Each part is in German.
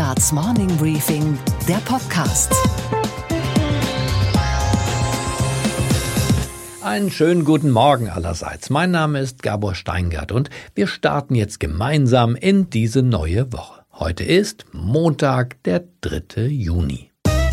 Handelsblatts Morning Briefing, der Podcast. Einen schönen guten Morgen allerseits. Mein Name ist Gabor Steingart und wir starten jetzt gemeinsam in diese neue Woche. Heute ist Montag, der 3. Juni.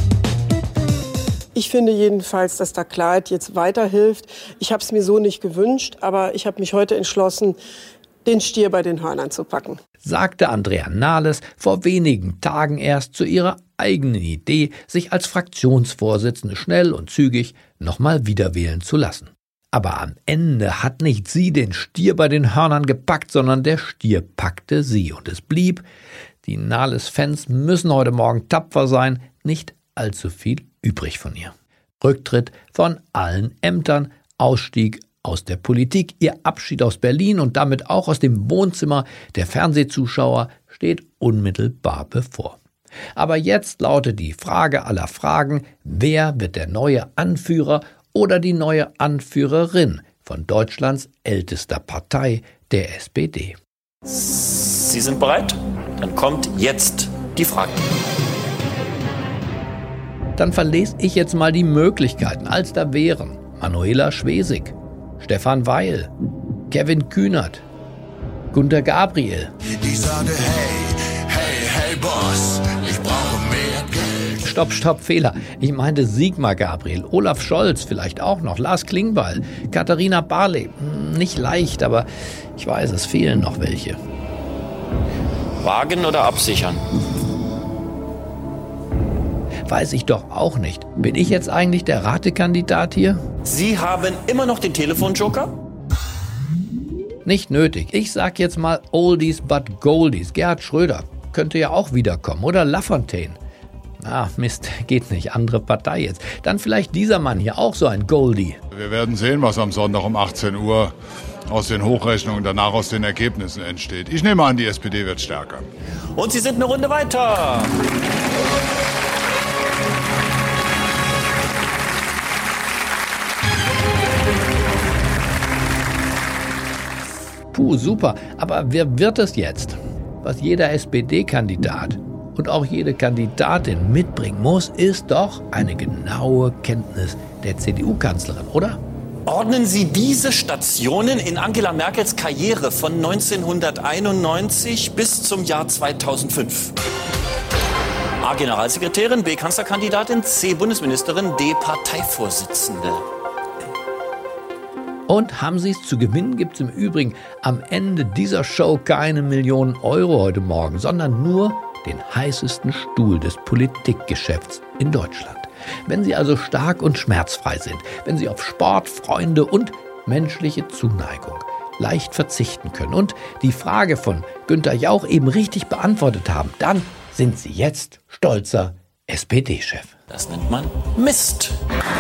Ich finde jedenfalls, dass der Klarheit jetzt weiterhilft. Ich habe es mir so nicht gewünscht, aber ich habe mich heute entschlossen, den Stier bei den Hörnern zu packen. Sagte Andrea Nahles vor wenigen Tagen erst zu ihrer eigenen Idee, sich als Fraktionsvorsitzende schnell und zügig nochmal wiederwählen zu lassen. Aber am Ende hat nicht sie den Stier bei den Hörnern gepackt, sondern der Stier packte sie. Und es blieb, die Nahles-Fans müssen heute Morgen tapfer sein, nicht allzu viel übrig von ihr. Rücktritt von allen Ämtern, Ausstieg aus der Politik, ihr Abschied aus Berlin und damit auch aus dem Wohnzimmer der Fernsehzuschauer steht unmittelbar bevor. Aber jetzt lautet die Frage aller Fragen, wer wird der neue Anführer oder die neue Anführerin von Deutschlands ältester Partei, der SPD? Sie sind bereit? Dann kommt jetzt die Frage. Dann verlese ich jetzt mal die Möglichkeiten, als da wären Manuela Schwesig, Stefan Weil, Kevin Kühnert, Günter Gabriel. Ich sage hey Boss, ich brauche mehr Geld. Stopp, Fehler. Ich meinte Sigmar Gabriel, Olaf Scholz vielleicht auch noch, Lars Klingbeil, Katharina Barley. Nicht leicht, aber ich weiß, es fehlen noch welche. Wagen oder absichern? Weiß ich doch auch nicht. Bin ich jetzt eigentlich der Ratekandidat hier? Sie haben immer noch den Telefonjoker? Nicht nötig. Ich sag jetzt mal Oldies but Goldies. Gerhard Schröder könnte ja auch wiederkommen. Oder Lafontaine. Mist, geht nicht. Andere Partei jetzt. Dann vielleicht dieser Mann hier, auch so ein Goldie. Wir werden sehen, was am Sonntag um 18 Uhr aus den Hochrechnungen und danach aus den Ergebnissen entsteht. Ich nehme an, die SPD wird stärker. Und Sie sind eine Runde weiter. Puh, super. Aber wer wird es jetzt? Was jeder SPD-Kandidat und auch jede Kandidatin mitbringen muss, ist doch eine genaue Kenntnis der CDU-Kanzlerin, oder? Ordnen Sie diese Stationen in Angela Merkels Karriere von 1991 bis zum Jahr 2005. A. Generalsekretärin, B. Kanzlerkandidatin, C. Bundesministerin, D. Parteivorsitzende. Und haben Sie es zu gewinnen, gibt es im Übrigen am Ende dieser Show keine Millionen Euro heute Morgen, sondern nur den heißesten Stuhl des Politikgeschäfts in Deutschland. Wenn Sie also stark und schmerzfrei sind, wenn Sie auf Sport, Freunde und menschliche Zuneigung leicht verzichten können und die Frage von Günther Jauch eben richtig beantwortet haben, dann sind Sie jetzt stolzer SPD-Chef. Das nennt man Mist.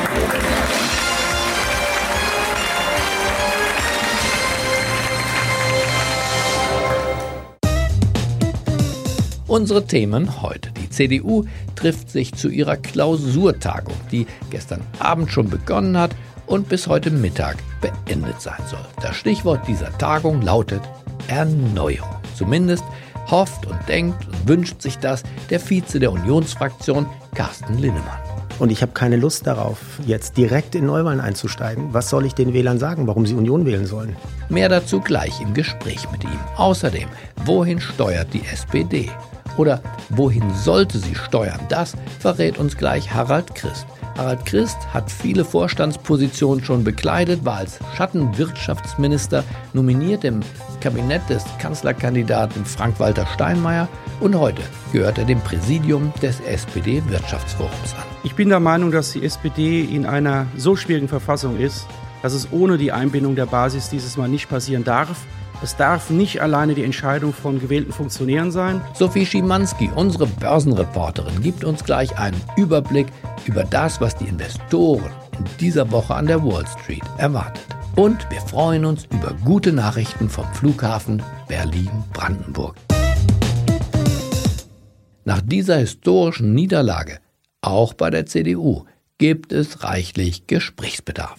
Unsere Themen heute. Die CDU trifft sich zu ihrer Klausurtagung, die gestern Abend schon begonnen hat und bis heute Mittag beendet sein soll. Das Stichwort dieser Tagung lautet Erneuerung. Zumindest hofft und denkt und wünscht sich das der Vize der Unionsfraktion, Carsten Linnemann. Und ich habe keine Lust darauf, jetzt direkt in Neuwahlen einzusteigen. Was soll ich den Wählern sagen, warum sie Union wählen sollen? Mehr dazu gleich im Gespräch mit ihm. Außerdem, wohin steuert die SPD? Oder wohin sollte sie steuern? Das verrät uns gleich Harald Christ. Harald Christ hat viele Vorstandspositionen schon bekleidet, war als Schattenwirtschaftsminister nominiert im Kabinett des Kanzlerkandidaten Frank-Walter Steinmeier und heute gehört er dem Präsidium des SPD-Wirtschaftsforums an. Ich bin der Meinung, dass die SPD in einer so schwierigen Verfassung ist, dass es ohne die Einbindung der Basis dieses Mal nicht passieren darf. Es darf nicht alleine die Entscheidung von gewählten Funktionären sein. Sophie Schimanski, unsere Börsenreporterin, gibt uns gleich einen Überblick über das, was die Investoren in dieser Woche an der Wall Street erwartet. Und wir freuen uns über gute Nachrichten vom Flughafen Berlin-Brandenburg. Nach dieser historischen Niederlage, auch bei der CDU, gibt es reichlich Gesprächsbedarf.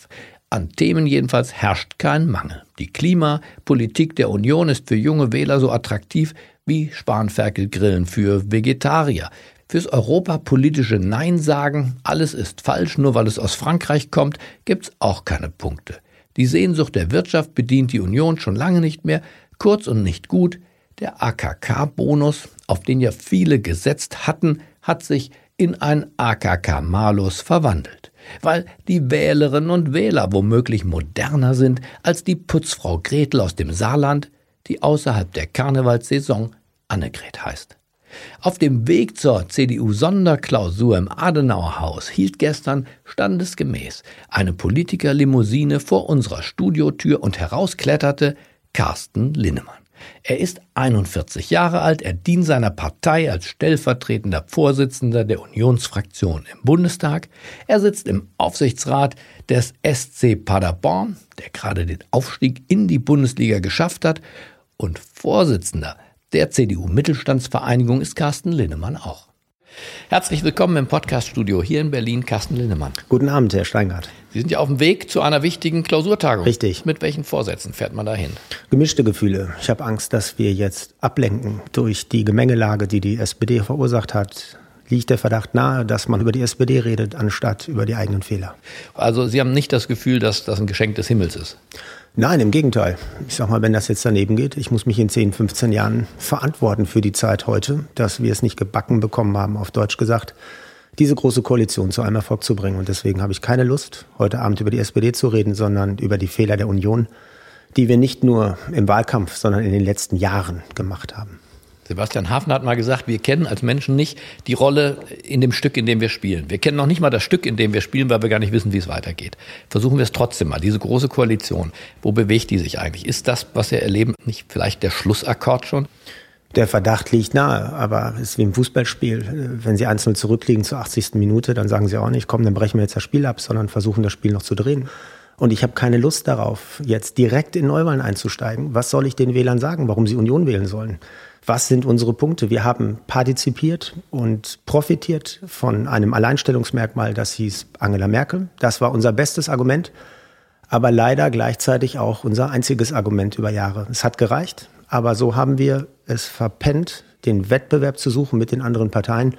An Themen jedenfalls herrscht kein Mangel. Die Klimapolitik der Union ist für junge Wähler so attraktiv wie Spanferkelgrillen für Vegetarier. Fürs europapolitische Nein sagen, alles ist falsch, nur weil es aus Frankreich kommt, gibt's auch keine Punkte. Die Sehnsucht der Wirtschaft bedient die Union schon lange nicht mehr. Kurz und nicht gut, der AKK-Bonus, auf den ja viele gesetzt hatten, hat sich in ein AKK-Malus verwandelt. Weil die Wählerinnen und Wähler womöglich moderner sind als die Putzfrau Gretel aus dem Saarland, die außerhalb der Karnevalssaison Annegret heißt. Auf dem Weg zur CDU-Sonderklausur im Adenauerhaus hielt gestern standesgemäß eine Politikerlimousine vor unserer Studiotür und herauskletterte Carsten Linnemann. Er ist 41 Jahre alt, er dient seiner Partei als stellvertretender Vorsitzender der Unionsfraktion im Bundestag. Er sitzt im Aufsichtsrat des SC Paderborn, der gerade den Aufstieg in die Bundesliga geschafft hat. Und Vorsitzender der CDU-Mittelstandsvereinigung ist Carsten Linnemann auch. Herzlich willkommen im Podcaststudio hier in Berlin, Carsten Linnemann. Guten Abend, Herr Steingart. Sie sind ja auf dem Weg zu einer wichtigen Klausurtagung. Richtig. Mit welchen Vorsätzen fährt man dahin? Gemischte Gefühle. Ich habe Angst, dass wir jetzt ablenken durch die Gemengelage, die die SPD verursacht hat. Liegt der Verdacht nahe, dass man über die SPD redet, anstatt über die eigenen Fehler. Also Sie haben nicht das Gefühl, dass das ein Geschenk des Himmels ist? Nein, im Gegenteil. Ich sag mal, wenn das jetzt daneben geht, ich muss mich in 10, 15 Jahren verantworten für die Zeit heute, dass wir es nicht gebacken bekommen haben, auf Deutsch gesagt, diese große Koalition zu einem Erfolg zu bringen. Und deswegen habe ich keine Lust, heute Abend über die SPD zu reden, sondern über die Fehler der Union, die wir nicht nur im Wahlkampf, sondern in den letzten Jahren gemacht haben. Sebastian Haffner hat mal gesagt, wir kennen als Menschen nicht die Rolle in dem Stück, in dem wir spielen. Wir kennen noch nicht mal das Stück, in dem wir spielen, weil wir gar nicht wissen, wie es weitergeht. Versuchen wir es trotzdem mal. Diese große Koalition, wo bewegt die sich eigentlich? Ist das, was wir erleben, nicht vielleicht der Schlussakkord schon? Der Verdacht liegt nahe, aber es ist wie im Fußballspiel. Wenn Sie 1-0 zurückliegen zur 80. Minute, dann sagen Sie auch nicht, komm, dann brechen wir jetzt das Spiel ab, sondern versuchen das Spiel noch zu drehen. Und ich habe keine Lust darauf, jetzt direkt in Neuwahlen einzusteigen. Was soll ich den Wählern sagen, warum sie Union wählen sollen? Was sind unsere Punkte? Wir haben partizipiert und profitiert von einem Alleinstellungsmerkmal, das hieß Angela Merkel. Das war unser bestes Argument, aber leider gleichzeitig auch unser einziges Argument über Jahre. Es hat gereicht, aber so haben wir es verpennt, den Wettbewerb zu suchen mit den anderen Parteien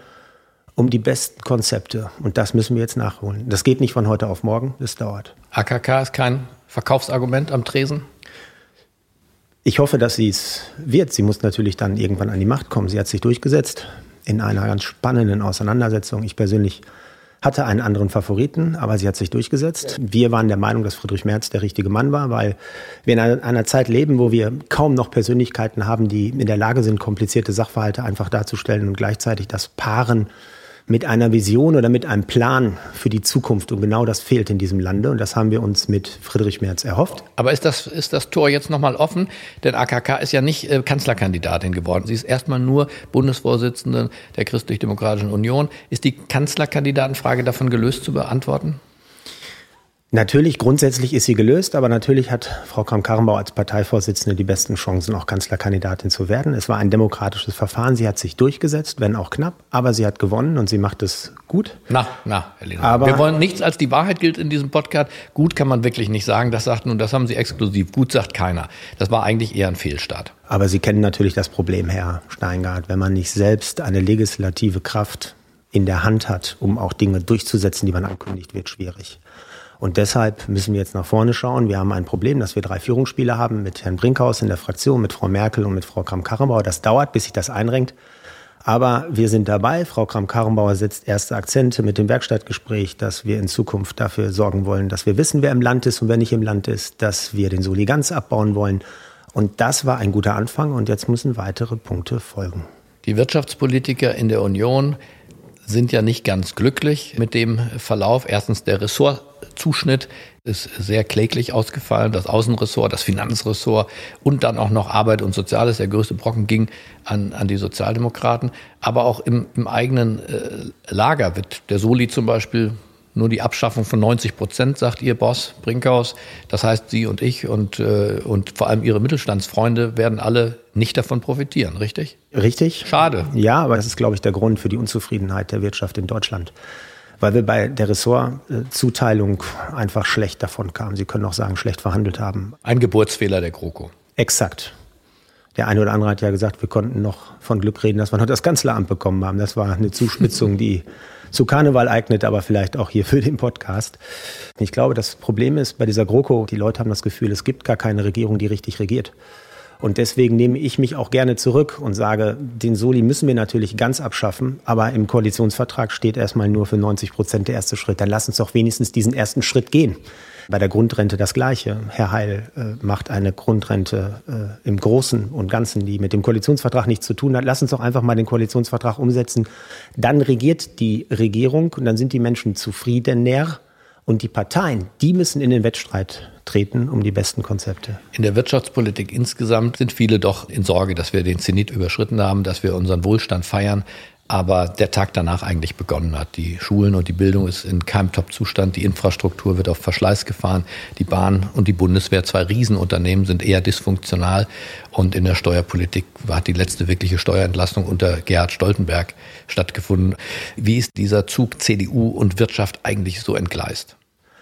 um die besten Konzepte. Und das müssen wir jetzt nachholen. Das geht nicht von heute auf morgen, das dauert. AKK ist kein Verkaufsargument am Tresen? Ich hoffe, dass sie es wird. Sie muss natürlich dann irgendwann an die Macht kommen. Sie hat sich durchgesetzt in einer ganz spannenden Auseinandersetzung. Ich persönlich hatte einen anderen Favoriten, aber sie hat sich durchgesetzt. Wir waren der Meinung, dass Friedrich Merz der richtige Mann war, weil wir in einer Zeit leben, wo wir kaum noch Persönlichkeiten haben, die in der Lage sind, komplizierte Sachverhalte einfach darzustellen und gleichzeitig das Paaren mit einer Vision oder mit einem Plan für die Zukunft. Und genau das fehlt in diesem Lande. Und das haben wir uns mit Friedrich Merz erhofft. Aber ist das Tor jetzt nochmal offen? Denn AKK ist ja nicht Kanzlerkandidatin geworden. Sie ist erstmal nur Bundesvorsitzende der Christlich-Demokratischen Union. Ist die Kanzlerkandidatenfrage davon gelöst zu beantworten? Natürlich, grundsätzlich ist sie gelöst, aber natürlich hat Frau Kramp-Karrenbauer als Parteivorsitzende die besten Chancen, auch Kanzlerkandidatin zu werden. Es war ein demokratisches Verfahren, sie hat sich durchgesetzt, wenn auch knapp, aber sie hat gewonnen und sie macht es gut. Herr Linnemann, wir wollen nichts als die Wahrheit gilt in diesem Podcast. Gut kann man wirklich nicht sagen, das haben Sie exklusiv. Gut sagt keiner. Das war eigentlich eher ein Fehlstart. Aber Sie kennen natürlich das Problem, Herr Steingart, wenn man nicht selbst eine legislative Kraft in der Hand hat, um auch Dinge durchzusetzen, die man ankündigt, wird schwierig. Und deshalb müssen wir jetzt nach vorne schauen. Wir haben ein Problem, dass wir 3 Führungsspieler haben mit Herrn Brinkhaus in der Fraktion, mit Frau Merkel und mit Frau Kramp-Karrenbauer. Das dauert, bis sich das einrenkt. Aber wir sind dabei. Frau Kramp-Karrenbauer setzt erste Akzente mit dem Werkstattgespräch, dass wir in Zukunft dafür sorgen wollen, dass wir wissen, wer im Land ist und wer nicht im Land ist, dass wir den Soli ganz abbauen wollen. Und das war ein guter Anfang und jetzt müssen weitere Punkte folgen. Die Wirtschaftspolitiker in der Union sind ja nicht ganz glücklich mit dem Verlauf. Erstens, der Ressortzuschnitt ist sehr kläglich ausgefallen. Das Außenressort, das Finanzressort und dann auch noch Arbeit und Soziales. Der größte Brocken ging an die Sozialdemokraten. Aber auch im eigenen Lager wird der Soli zum Beispiel nur die Abschaffung von 90%, sagt Ihr Boss Brinkhaus. Das heißt, Sie und ich und vor allem Ihre Mittelstandsfreunde werden alle nicht davon profitieren, richtig? Richtig. Schade. Ja, aber das ist, glaube ich, der Grund für die Unzufriedenheit der Wirtschaft in Deutschland. weil wir bei der Ressortzuteilung einfach schlecht davon kamen. Sie können auch sagen, schlecht verhandelt haben. Ein Geburtsfehler der GroKo. Exakt. Der eine oder andere hat ja gesagt, wir konnten noch von Glück reden, dass wir noch das Kanzleramt bekommen haben. Das war eine Zuspitzung, die zu Karneval eignet, aber vielleicht auch hier für den Podcast. Ich glaube, das Problem ist bei dieser GroKo, die Leute haben das Gefühl, es gibt gar keine Regierung, die richtig regiert. Und deswegen nehme ich mich auch gerne zurück und sage, den Soli müssen wir natürlich ganz abschaffen, aber im Koalitionsvertrag steht erstmal nur für 90% der erste Schritt. Dann lass uns doch wenigstens diesen ersten Schritt gehen. Bei der Grundrente das Gleiche. Herr Heil macht eine Grundrente im Großen und Ganzen, die mit dem Koalitionsvertrag nichts zu tun hat. Lass uns doch einfach mal den Koalitionsvertrag umsetzen. Dann regiert die Regierung und dann sind die Menschen zufriedener. Und die Parteien, die müssen in den Wettstreit treten um die besten Konzepte. In der Wirtschaftspolitik insgesamt sind viele doch in Sorge, dass wir den Zenit überschritten haben, dass wir unseren Wohlstand feiern, aber der Tag danach eigentlich begonnen hat. Die Schulen und die Bildung ist in keinem Top-Zustand, die Infrastruktur wird auf Verschleiß gefahren, die Bahn und die Bundeswehr, 2 Riesenunternehmen, sind eher dysfunktional und in der Steuerpolitik hat die letzte wirkliche Steuerentlastung unter Gerhard Stoltenberg stattgefunden. Wie ist dieser Zug CDU und Wirtschaft eigentlich so entgleist?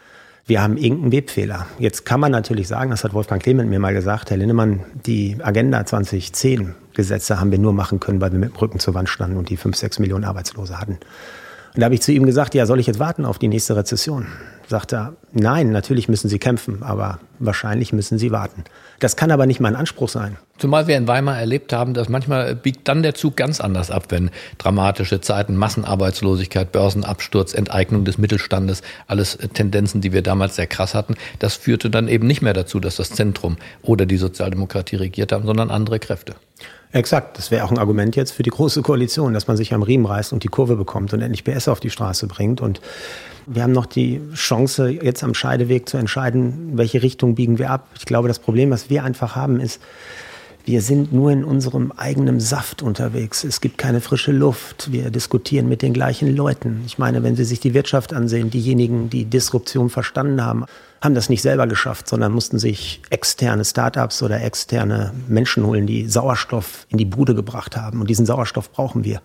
Wir haben irgendeinen Webfehler. Jetzt kann man natürlich sagen, das hat Wolfgang Clement mir mal gesagt, Herr Linnemann, die Agenda 2010 Gesetze haben wir nur machen können, weil wir mit dem Rücken zur Wand standen und die 5-6 Millionen Arbeitslose hatten. Und da habe ich zu ihm gesagt, ja, soll ich jetzt warten auf die nächste Rezession? Sagt er, nein, natürlich müssen Sie kämpfen, aber wahrscheinlich müssen Sie warten. Das kann aber nicht mein Anspruch sein. Zumal wir in Weimar erlebt haben, dass manchmal biegt dann der Zug ganz anders ab, wenn dramatische Zeiten, Massenarbeitslosigkeit, Börsenabsturz, Enteignung des Mittelstandes, alles Tendenzen, die wir damals sehr krass hatten, das führte dann eben nicht mehr dazu, dass das Zentrum oder die Sozialdemokratie regiert haben, sondern andere Kräfte. Exakt, das wäre auch ein Argument jetzt für die Große Koalition, dass man sich am Riemen reißt und die Kurve bekommt und endlich PS auf die Straße bringt. Und wir haben noch die Chance, jetzt am Scheideweg zu entscheiden, welche Richtung biegen wir ab. Ich glaube, das Problem, was wir einfach haben, ist, wir sind nur in unserem eigenen Saft unterwegs. Es gibt keine frische Luft. Wir diskutieren mit den gleichen Leuten. Ich meine, wenn Sie sich die Wirtschaft ansehen, diejenigen, die Disruption verstanden haben, haben das nicht selber geschafft, sondern mussten sich externe Start-ups oder externe Menschen holen, die Sauerstoff in die Bude gebracht haben. Und diesen Sauerstoff brauchen wir.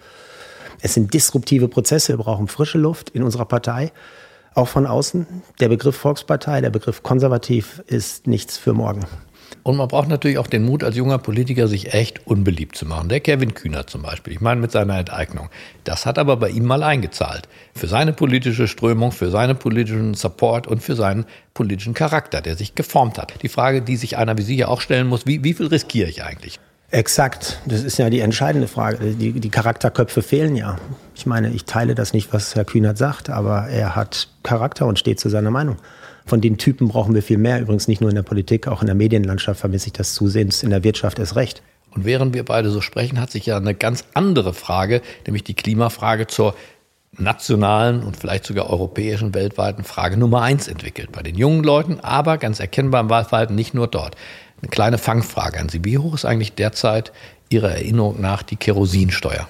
Es sind disruptive Prozesse. Wir brauchen frische Luft in unserer Partei, auch von außen. Der Begriff Volkspartei, der Begriff konservativ ist nichts für morgen. Und man braucht natürlich auch den Mut als junger Politiker, sich echt unbeliebt zu machen. Der Kevin Kühnert zum Beispiel, ich meine mit seiner Enteignung. Das hat aber bei ihm mal eingezahlt. Für seine politische Strömung, für seinen politischen Support und für seinen politischen Charakter, der sich geformt hat. Die Frage, die sich einer wie Sie ja auch stellen muss, wie viel riskiere ich eigentlich? Exakt, das ist ja die entscheidende Frage. Die Charakterköpfe fehlen ja. Ich meine, ich teile das nicht, was Herr Kühnert sagt, aber er hat Charakter und steht zu seiner Meinung. Von den Typen brauchen wir viel mehr. Übrigens nicht nur in der Politik, auch in der Medienlandschaft vermisse ich das zusehends, in der Wirtschaft erst recht. Und während wir beide so sprechen, hat sich ja eine ganz andere Frage, nämlich die Klimafrage, zur nationalen und vielleicht sogar europäischen, weltweiten Frage Nummer 1 entwickelt. Bei den jungen Leuten, aber ganz erkennbar im Wahlverhalten nicht nur dort. Eine kleine Fangfrage an Sie. Wie hoch ist eigentlich derzeit Ihrer Erinnerung nach die Kerosinsteuer?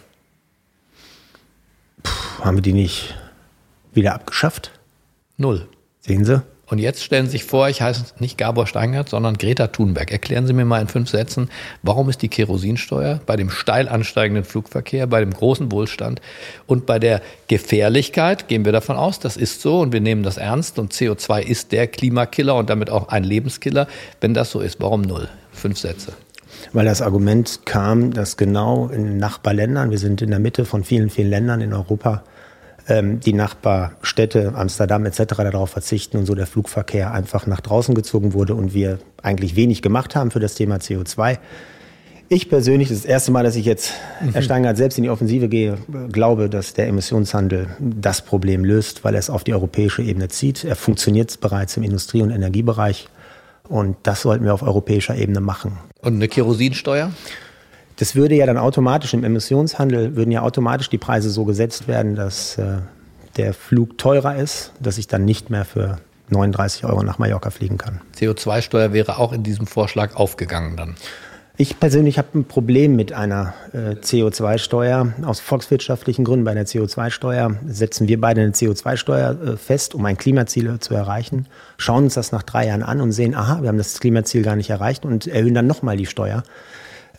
Haben wir die nicht wieder abgeschafft? 0. Sehen Sie? Und jetzt stellen Sie sich vor, ich heiße nicht Gabor Steingart, sondern Greta Thunberg. Erklären Sie mir mal in 5 Sätzen, warum ist die Kerosinsteuer bei dem steil ansteigenden Flugverkehr, bei dem großen Wohlstand und bei der Gefährlichkeit, gehen wir davon aus, das ist so und wir nehmen das ernst und CO2 ist der Klimakiller und damit auch ein Lebenskiller. Wenn das so ist, warum 0? 5 Sätze. Weil das Argument kam, dass genau in Nachbarländern, wir sind in der Mitte von vielen, vielen Ländern in Europa, die Nachbarstädte, Amsterdam etc. darauf verzichten und so der Flugverkehr einfach nach draußen gezogen wurde und wir eigentlich wenig gemacht haben für das Thema CO2. Ich persönlich, das ist das erste Mal, dass ich jetzt, Herr Steingart, selbst in die Offensive gehe, glaube, dass der Emissionshandel das Problem löst, weil er es auf die europäische Ebene zieht. Er funktioniert bereits im Industrie- und Energiebereich und das sollten wir auf europäischer Ebene machen. Und eine Kerosinsteuer? Das würde ja dann automatisch im Emissionshandel, würden ja automatisch die Preise so gesetzt werden, dass der Flug teurer ist, dass ich dann nicht mehr für 39 € nach Mallorca fliegen kann. CO2-Steuer wäre auch in diesem Vorschlag aufgegangen dann? Ich persönlich habe ein Problem mit einer CO2-Steuer aus volkswirtschaftlichen Gründen. Bei einer CO2-Steuer setzen wir beide eine CO2-Steuer fest, um ein Klimaziel zu erreichen, schauen uns das nach 3 Jahren an und sehen, aha, wir haben das Klimaziel gar nicht erreicht und erhöhen dann nochmal die Steuer.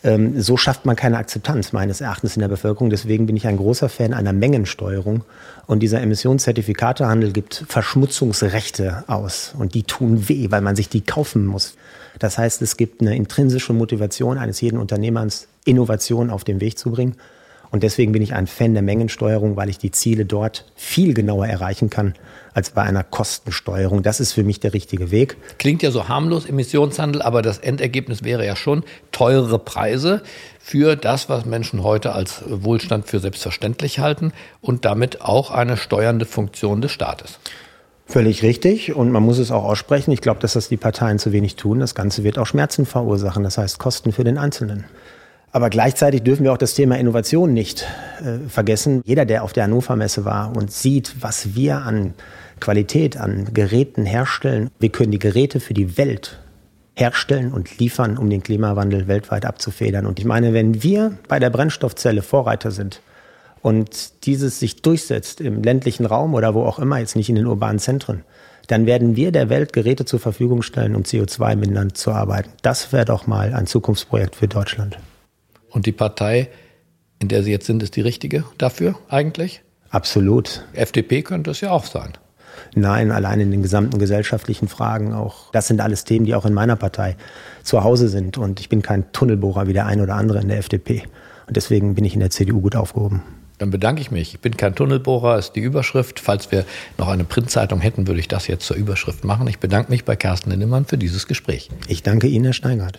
So schafft man keine Akzeptanz meines Erachtens in der Bevölkerung. Deswegen bin ich ein großer Fan einer Mengensteuerung. Und dieser Emissionszertifikatehandel gibt Verschmutzungsrechte aus. Und die tun weh, weil man sich die kaufen muss. Das heißt, es gibt eine intrinsische Motivation eines jeden Unternehmers, Innovation auf den Weg zu bringen. Und deswegen bin ich ein Fan der Mengensteuerung, weil ich die Ziele dort viel genauer erreichen kann als bei einer Kostensteuerung. Das ist für mich der richtige Weg. Klingt ja so harmlos, Emissionshandel, aber das Endergebnis wäre ja schon teurere Preise für das, was Menschen heute als Wohlstand für selbstverständlich halten und damit auch eine steuernde Funktion des Staates. Völlig richtig, und man muss es auch aussprechen. Ich glaube, dass das die Parteien zu wenig tun. Das Ganze wird auch Schmerzen verursachen, das heißt Kosten für den Einzelnen. Aber gleichzeitig dürfen wir auch das Thema Innovation nicht vergessen. Jeder, der auf der Hannover Messe war und sieht, was wir an Qualität, an Geräten herstellen. Wir können die Geräte für die Welt herstellen und liefern, um den Klimawandel weltweit abzufedern. Und ich meine, wenn wir bei der Brennstoffzelle Vorreiter sind und dieses sich durchsetzt im ländlichen Raum oder wo auch immer, jetzt nicht in den urbanen Zentren, dann werden wir der Welt Geräte zur Verfügung stellen, um CO2-mindernd zu arbeiten. Das wäre doch mal ein Zukunftsprojekt für Deutschland. Und die Partei, in der Sie jetzt sind, ist die richtige dafür eigentlich? Absolut. FDP könnte es ja auch sein. Nein, allein in den gesamten gesellschaftlichen Fragen auch. Das sind alles Themen, die auch in meiner Partei zu Hause sind. Und ich bin kein Tunnelbohrer wie der ein oder andere in der FDP. Und deswegen bin ich in der CDU gut aufgehoben. Dann bedanke ich mich. Ich bin kein Tunnelbohrer, ist die Überschrift. Falls wir noch eine Printzeitung hätten, würde ich das jetzt zur Überschrift machen. Ich bedanke mich bei Carsten Linnemann für dieses Gespräch. Ich danke Ihnen, Herr Steingart.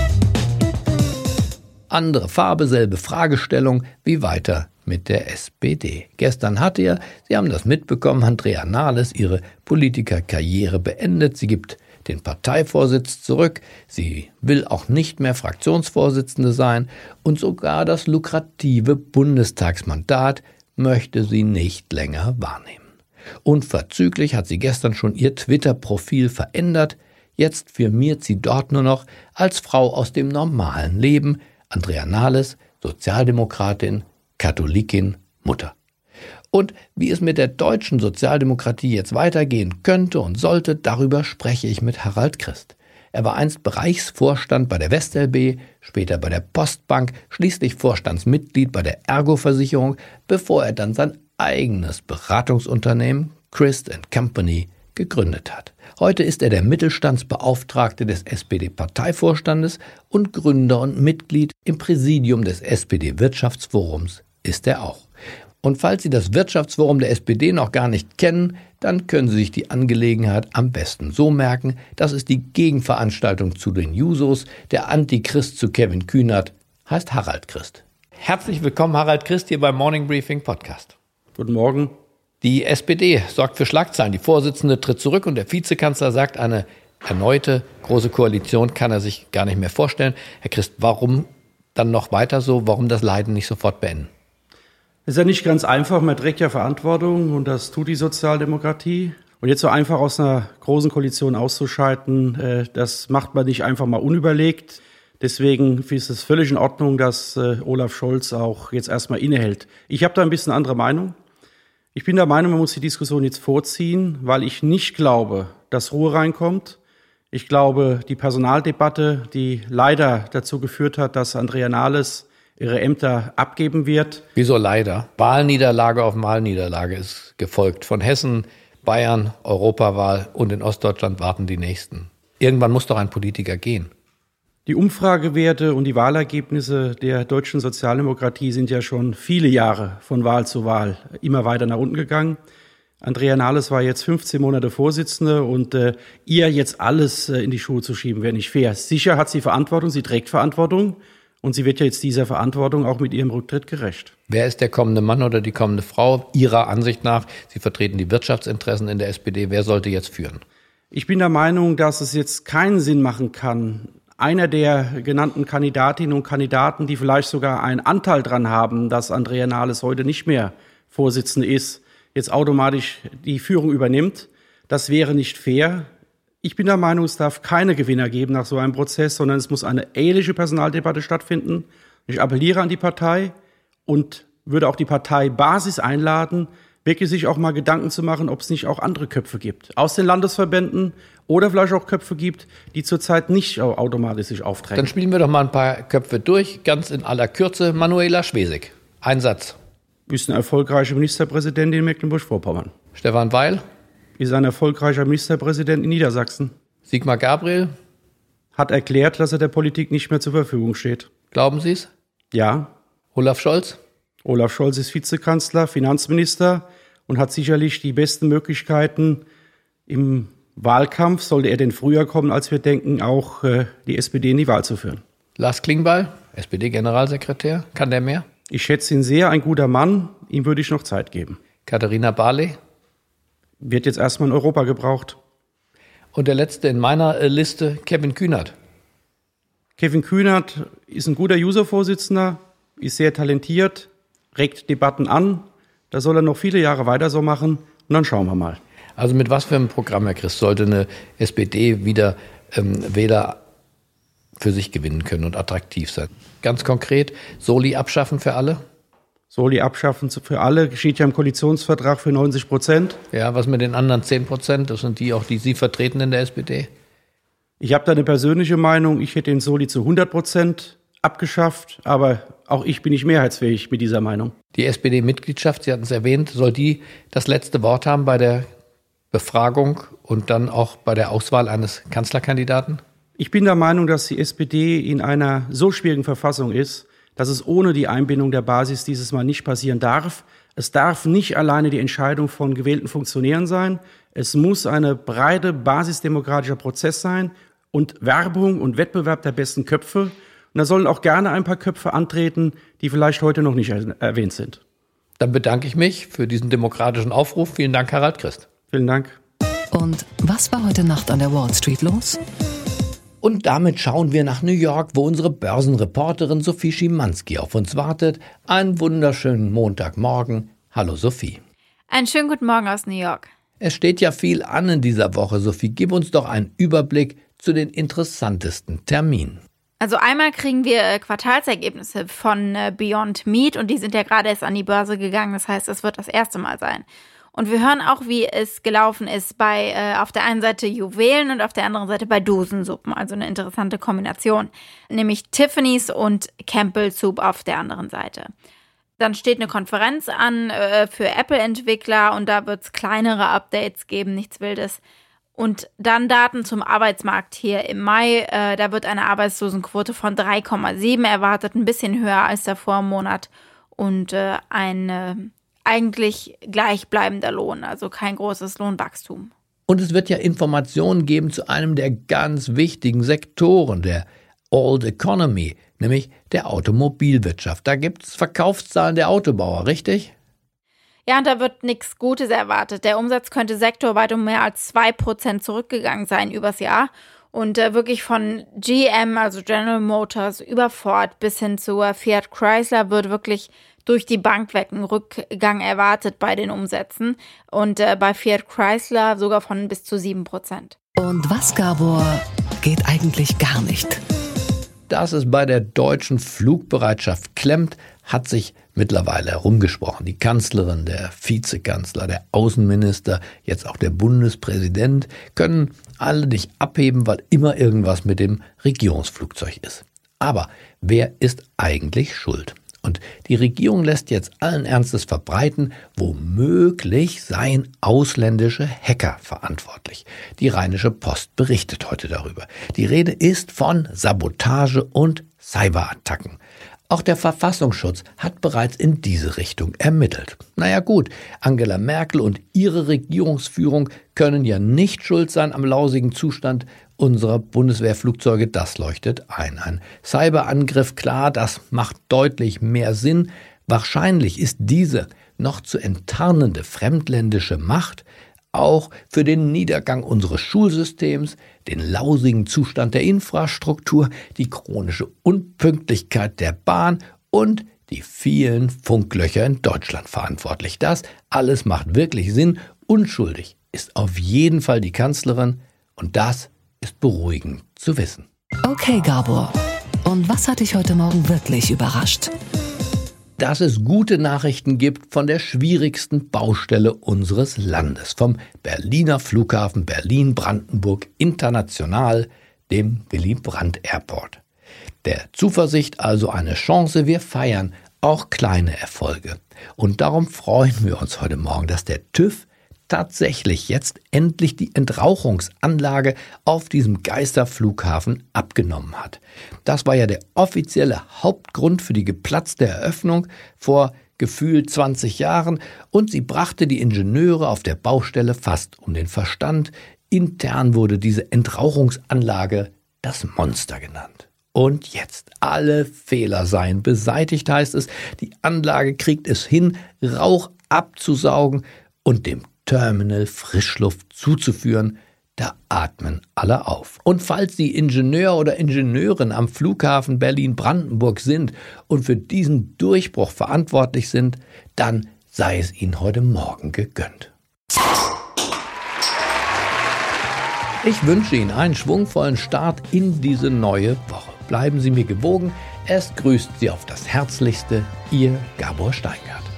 Andere Farbe, selbe Fragestellung, wie weiter mit der SPD. Gestern hat Sie haben das mitbekommen, Andrea Nahles ihre Politikerkarriere beendet. Sie gibt den Parteivorsitz zurück. Sie will auch nicht mehr Fraktionsvorsitzende sein und sogar das lukrative Bundestagsmandat möchte sie nicht länger wahrnehmen. Unverzüglich hat sie gestern schon ihr Twitter-Profil verändert. Jetzt firmiert sie dort nur noch als Frau aus dem normalen Leben. Andrea Nahles, Sozialdemokratin, Katholikin, Mutter. Und wie es mit der deutschen Sozialdemokratie jetzt weitergehen könnte und sollte, darüber spreche ich mit Harald Christ. Er war einst Bereichsvorstand bei der WestLB, später bei der Postbank, schließlich Vorstandsmitglied bei der Ergo-Versicherung, bevor er dann sein eigenes Beratungsunternehmen Christ & Company gegründet hat. Heute ist er der Mittelstandsbeauftragte des SPD-Parteivorstandes und Gründer und Mitglied im Präsidium des SPD-Wirtschaftsforums ist er auch. Und falls Sie das Wirtschaftsforum der SPD noch gar nicht kennen, dann können Sie sich die Angelegenheit am besten so merken, das ist die Gegenveranstaltung zu den Jusos, der Antichrist zu Kevin Kühnert, heißt Harald Christ. Herzlich willkommen, Harald Christ, hier beim Morning Briefing Podcast. Guten Morgen. Die SPD sorgt für Schlagzeilen. Die Vorsitzende tritt zurück und der Vizekanzler sagt, eine erneute große Koalition kann er sich gar nicht mehr vorstellen. Herr Christ, warum dann noch weiter so? Warum das Leiden nicht sofort beenden? Es ist ja nicht ganz einfach, man trägt ja Verantwortung und das tut die Sozialdemokratie. Und jetzt so einfach aus einer großen Koalition auszuscheiden, das macht man nicht einfach mal unüberlegt. Deswegen ist es völlig in Ordnung, dass Olaf Scholz auch jetzt erstmal innehält. Ich habe da ein bisschen andere Meinung. Ich bin der Meinung, man muss die Diskussion jetzt vorziehen, weil ich nicht glaube, dass Ruhe reinkommt. Ich glaube, die Personaldebatte, die leider dazu geführt hat, dass Andrea Nahles ihre Ämter abgeben wird. Wieso leider? Wahlniederlage auf Wahlniederlage ist gefolgt. Von Hessen, Bayern, Europawahl und in Ostdeutschland warten die nächsten. Irgendwann muss doch ein Politiker gehen. Die Umfragewerte und die Wahlergebnisse der deutschen Sozialdemokratie sind ja schon viele Jahre von Wahl zu Wahl immer weiter nach unten gegangen. Andrea Nahles war jetzt 15 Monate Vorsitzende und ihr jetzt alles in die Schuhe zu schieben, wäre nicht fair. Sicher hat sie Verantwortung, sie trägt Verantwortung und sie wird ja jetzt dieser Verantwortung auch mit ihrem Rücktritt gerecht. Wer ist der kommende Mann oder die kommende Frau Ihrer Ansicht nach? Sie vertreten die Wirtschaftsinteressen in der SPD. Wer sollte jetzt führen? Ich bin der Meinung, dass es jetzt keinen Sinn machen kann, einer der genannten Kandidatinnen und Kandidaten, die vielleicht sogar einen Anteil dran haben, dass Andrea Nahles heute nicht mehr Vorsitzende ist, jetzt automatisch die Führung übernimmt. Das wäre nicht fair. Ich bin der Meinung, es darf keine Gewinner geben nach so einem Prozess, sondern es muss eine ehrliche Personaldebatte stattfinden. Ich appelliere an die Partei und würde auch die Parteibasis einladen, wirklich sich auch mal Gedanken zu machen, ob es nicht auch andere Köpfe gibt. Aus den Landesverbänden oder vielleicht auch Köpfe gibt, die zurzeit nicht automatisch sich auftreten. Dann spielen wir doch mal ein paar Köpfe durch, ganz in aller Kürze. Manuela Schwesig, ein Satz. Ist eine erfolgreiche Ministerpräsidentin in Mecklenburg-Vorpommern. Stefan Weil. Ist ein erfolgreicher Ministerpräsident in Niedersachsen. Sigmar Gabriel. Hat erklärt, dass er der Politik nicht mehr zur Verfügung steht. Glauben Sie es? Ja. Olaf Scholz. Olaf Scholz ist Vizekanzler, Finanzminister und hat sicherlich die besten Möglichkeiten im Wahlkampf, sollte er denn früher kommen, als wir denken, auch die SPD in die Wahl zu führen. Lars Klingbeil, SPD-Generalsekretär. Kann der mehr? Ich schätze ihn sehr, ein guter Mann. Ihm würde ich noch Zeit geben. Katharina Barley. Wird jetzt erstmal in Europa gebraucht. Und der letzte in meiner Liste, Kevin Kühnert. Kevin Kühnert ist ein guter User-Vorsitzender, ist sehr talentiert, regt Debatten an. Da soll er noch viele Jahre weiter so machen und dann schauen wir mal. Also mit was für einem Programm, Herr Christ, sollte eine SPD wieder Wähler für sich gewinnen können und attraktiv sein? Ganz konkret, Soli abschaffen für alle? Soli abschaffen für alle, steht ja im Koalitionsvertrag für 90%. Ja, was mit den anderen 10%? Das sind die auch, die Sie vertreten in der SPD? Ich habe da eine persönliche Meinung. Ich hätte den Soli zu 100% abgeschafft, aber auch ich bin nicht mehrheitsfähig mit dieser Meinung. Die SPD-Mitgliedschaft, Sie hatten es erwähnt, soll die das letzte Wort haben bei der Befragung und dann auch bei der Auswahl eines Kanzlerkandidaten? Ich bin der Meinung, dass die SPD in einer so schwierigen Verfassung ist, dass es ohne die Einbindung der Basis dieses Mal nicht passieren darf. Es darf nicht alleine die Entscheidung von gewählten Funktionären sein. Es muss eine breite basisdemokratischer Prozess sein und Werbung und Wettbewerb der besten Köpfe. Und da sollen auch gerne ein paar Köpfe antreten, die vielleicht heute noch nicht erwähnt sind. Dann bedanke ich mich für diesen demokratischen Aufruf. Vielen Dank, Harald Christ. Vielen Dank. Und was war heute Nacht an der Wall Street los? Und damit schauen wir nach New York, wo unsere Börsenreporterin Sophie Schimanski auf uns wartet. Einen wunderschönen Montagmorgen. Hallo Sophie. Einen schönen guten Morgen aus New York. Es steht ja viel an in dieser Woche. Sophie, gib uns doch einen Überblick zu den interessantesten Terminen. Also einmal kriegen wir Quartalsergebnisse von Beyond Meat und die sind ja gerade erst an die Börse gegangen. Das heißt, es wird das erste Mal sein. Und wir hören auch, wie es gelaufen ist bei auf der einen Seite Juwelen und auf der anderen Seite bei Dosensuppen. Also eine interessante Kombination. Nämlich Tiffany's und Campbell Soup auf der anderen Seite. Dann steht eine Konferenz an für Apple-Entwickler und da wird es kleinere Updates geben, nichts Wildes. Und dann Daten zum Arbeitsmarkt hier im Mai. Da wird eine Arbeitslosenquote von 3,7 erwartet, ein bisschen höher als davor im Monat. Und ein eigentlich gleichbleibender Lohn, also kein großes Lohnwachstum. Und es wird ja Informationen geben zu einem der ganz wichtigen Sektoren der Old Economy, nämlich der Automobilwirtschaft. Da gibt es Verkaufszahlen der Autobauer, richtig? Ja, und da wird nichts Gutes erwartet. Der Umsatz könnte sektorweit um mehr als 2% zurückgegangen sein übers Jahr. Und wirklich von GM, also General Motors, über Ford bis hin zu Fiat Chrysler wird wirklich durch die Bank weg ein Rückgang erwartet bei den Umsätzen. Und bei Fiat Chrysler sogar von bis zu 7%. Und was, Gabor, geht eigentlich gar nicht? Dass es bei der deutschen Flugbereitschaft klemmt, hat sich mittlerweile herumgesprochen. Die Kanzlerin, der Vizekanzler, der Außenminister, jetzt auch der Bundespräsident können alle nicht abheben, weil immer irgendwas mit dem Regierungsflugzeug ist. Aber wer ist eigentlich schuld? Und die Regierung lässt jetzt allen Ernstes verbreiten, womöglich seien ausländische Hacker verantwortlich. Die Rheinische Post berichtet heute darüber. Die Rede ist von Sabotage und Cyberattacken. Auch der Verfassungsschutz hat bereits in diese Richtung ermittelt. Naja gut, Angela Merkel und ihre Regierungsführung können ja nicht schuld sein am lausigen Zustand unserer Bundeswehrflugzeuge, das leuchtet ein. Ein Cyberangriff, klar, das macht deutlich mehr Sinn. Wahrscheinlich ist diese noch zu enttarnende fremdländische Macht auch für den Niedergang unseres Schulsystems, den lausigen Zustand der Infrastruktur, die chronische Unpünktlichkeit der Bahn und die vielen Funklöcher in Deutschland verantwortlich. Das alles macht wirklich Sinn. Unschuldig ist auf jeden Fall die Kanzlerin und das ist beruhigend zu wissen. Okay, Gabor. Und was hat dich heute Morgen wirklich überrascht? dass es gute Nachrichten gibt von der schwierigsten Baustelle unseres Landes, vom Berliner Flughafen Berlin-Brandenburg International, dem Willy Brandt Airport. Der Zuversicht also eine Chance, wir feiern auch kleine Erfolge. Und darum freuen wir uns heute Morgen, dass der TÜV tatsächlich jetzt endlich die Entrauchungsanlage auf diesem Geisterflughafen abgenommen hat. Das war ja der offizielle Hauptgrund für die geplatzte Eröffnung vor gefühlt 20 Jahren und sie brachte die Ingenieure auf der Baustelle fast um den Verstand. Intern wurde diese Entrauchungsanlage das Monster genannt. Und jetzt, alle Fehler seien beseitigt, heißt es. Die Anlage kriegt es hin, Rauch abzusaugen und dem Terminal Frischluft zuzuführen. Da atmen alle auf. Und falls Sie Ingenieur oder Ingenieurin am Flughafen Berlin-Brandenburg sind und für diesen Durchbruch verantwortlich sind, dann sei es Ihnen heute Morgen gegönnt. Ich wünsche Ihnen einen schwungvollen Start in diese neue Woche. Bleiben Sie mir gewogen. Es grüßt Sie auf das Herzlichste, Ihr Gabor Steingart.